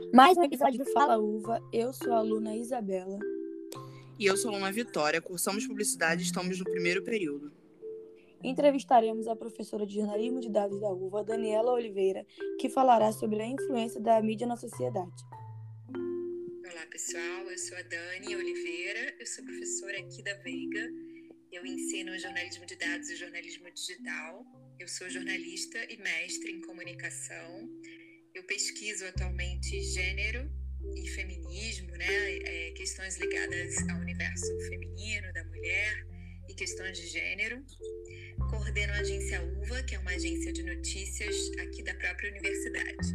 Mais um episódio do Fala Uva. Eu sou a aluna Isabela. E eu sou a aluna Vitória. Cursamos publicidade e estamos no primeiro período. Entrevistaremos a professora de jornalismo de dados da UVA, Daniela Oliveira, que falará sobre a influência da mídia na sociedade. Olá pessoal, eu sou a Dani Oliveira, eu sou professora aqui da Veiga, eu ensino jornalismo de dados e jornalismo digital, eu sou jornalista e mestre em comunicação, eu pesquiso atualmente gênero e feminismo, questões ligadas ao universo feminino, da mulher e questões de gênero. Coordeno a agência UVA, que é uma agência de notícias aqui da própria universidade.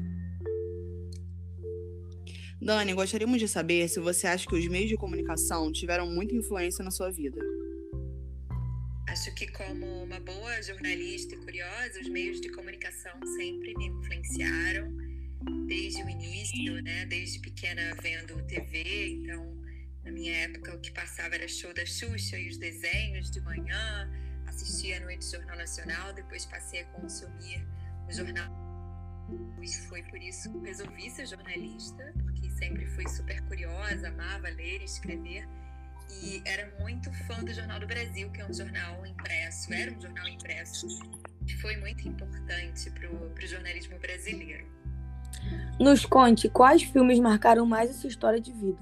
Dani, gostaríamos de saber se você acha que os meios de comunicação tiveram muita influência na sua vida. Acho que, como uma boa jornalista e curiosa, os meios de comunicação sempre me influenciaram desde o início, desde pequena vendo TV. Então, na minha época, o que passava era show da Xuxa e os desenhos de manhã, assistia à noite Jornal Nacional, depois passei a consumir o jornal. E foi por isso que resolvi ser jornalista, porque sempre fui super curiosa, amava ler e escrever, e era muito fã do Jornal do Brasil, que é um jornal impresso, era um jornal impresso, que foi muito importante para o jornalismo brasileiro. Nos conte quais filmes marcaram mais a sua história de vida.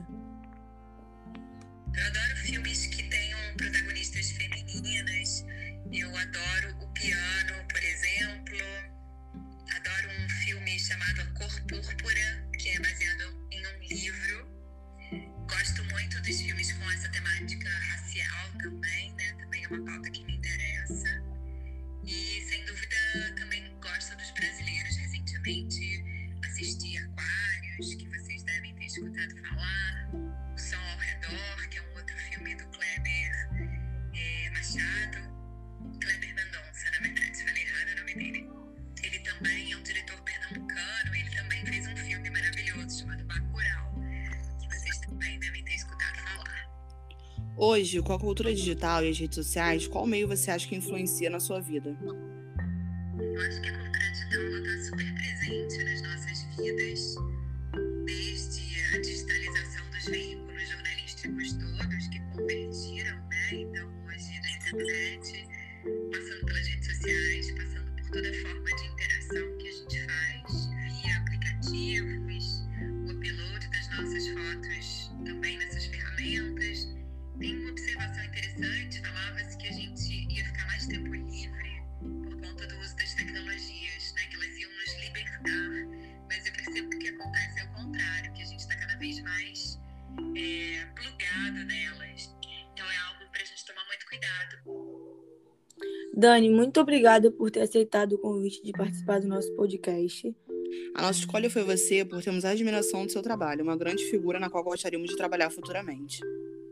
Eu adoro filmes que tenham protagonistas femininas, eu adoro O Piano, por exemplo. Adoro um filme chamado A Cor Púrpura, que é baseado em um livro. Gosto muito dos filmes com essa temática racial também, Também é uma pauta que me interessa. E, sem dúvida, também gosto dos brasileiros. Recentemente assisti Aquários, que vocês devem ter escutado falar. O Som ao Redor, que é um outro filme do Kleber Machado. Kleber Mendonça, na verdade, falei errado o nome dele. Ele também é um diretor pernambucano, ele também fez um filme maravilhoso chamado Bacurau, que vocês também devem ter escutado falar. Hoje, com a cultura digital e as redes sociais, qual meio você acha que influencia na sua vida? Eu acho que a cultura digital está super presente nas nossas vidas, desde a digitalização dos veículos jornalísticos todos que convergiram, Então, hoje, na internet, passando pelas redes sociais, passando por toda a forma de interação que a gente faz via aplicativos, o upload das nossas fotos também nessas ferramentas. Tem uma observação interessante, falava-se que a gente ia ficar mais tempo livre por conta do uso das tecnologias, que elas iam nos libertar, mas eu percebo que o que acontece é o contrário, que a gente está cada vez mais plugado nelas. Então é algo para a gente tomar muito cuidado. Dani, muito obrigada por ter aceitado o convite de participar do nosso podcast. A nossa escolha foi você por termos a admiração do seu trabalho, uma grande figura na qual gostaríamos de trabalhar futuramente.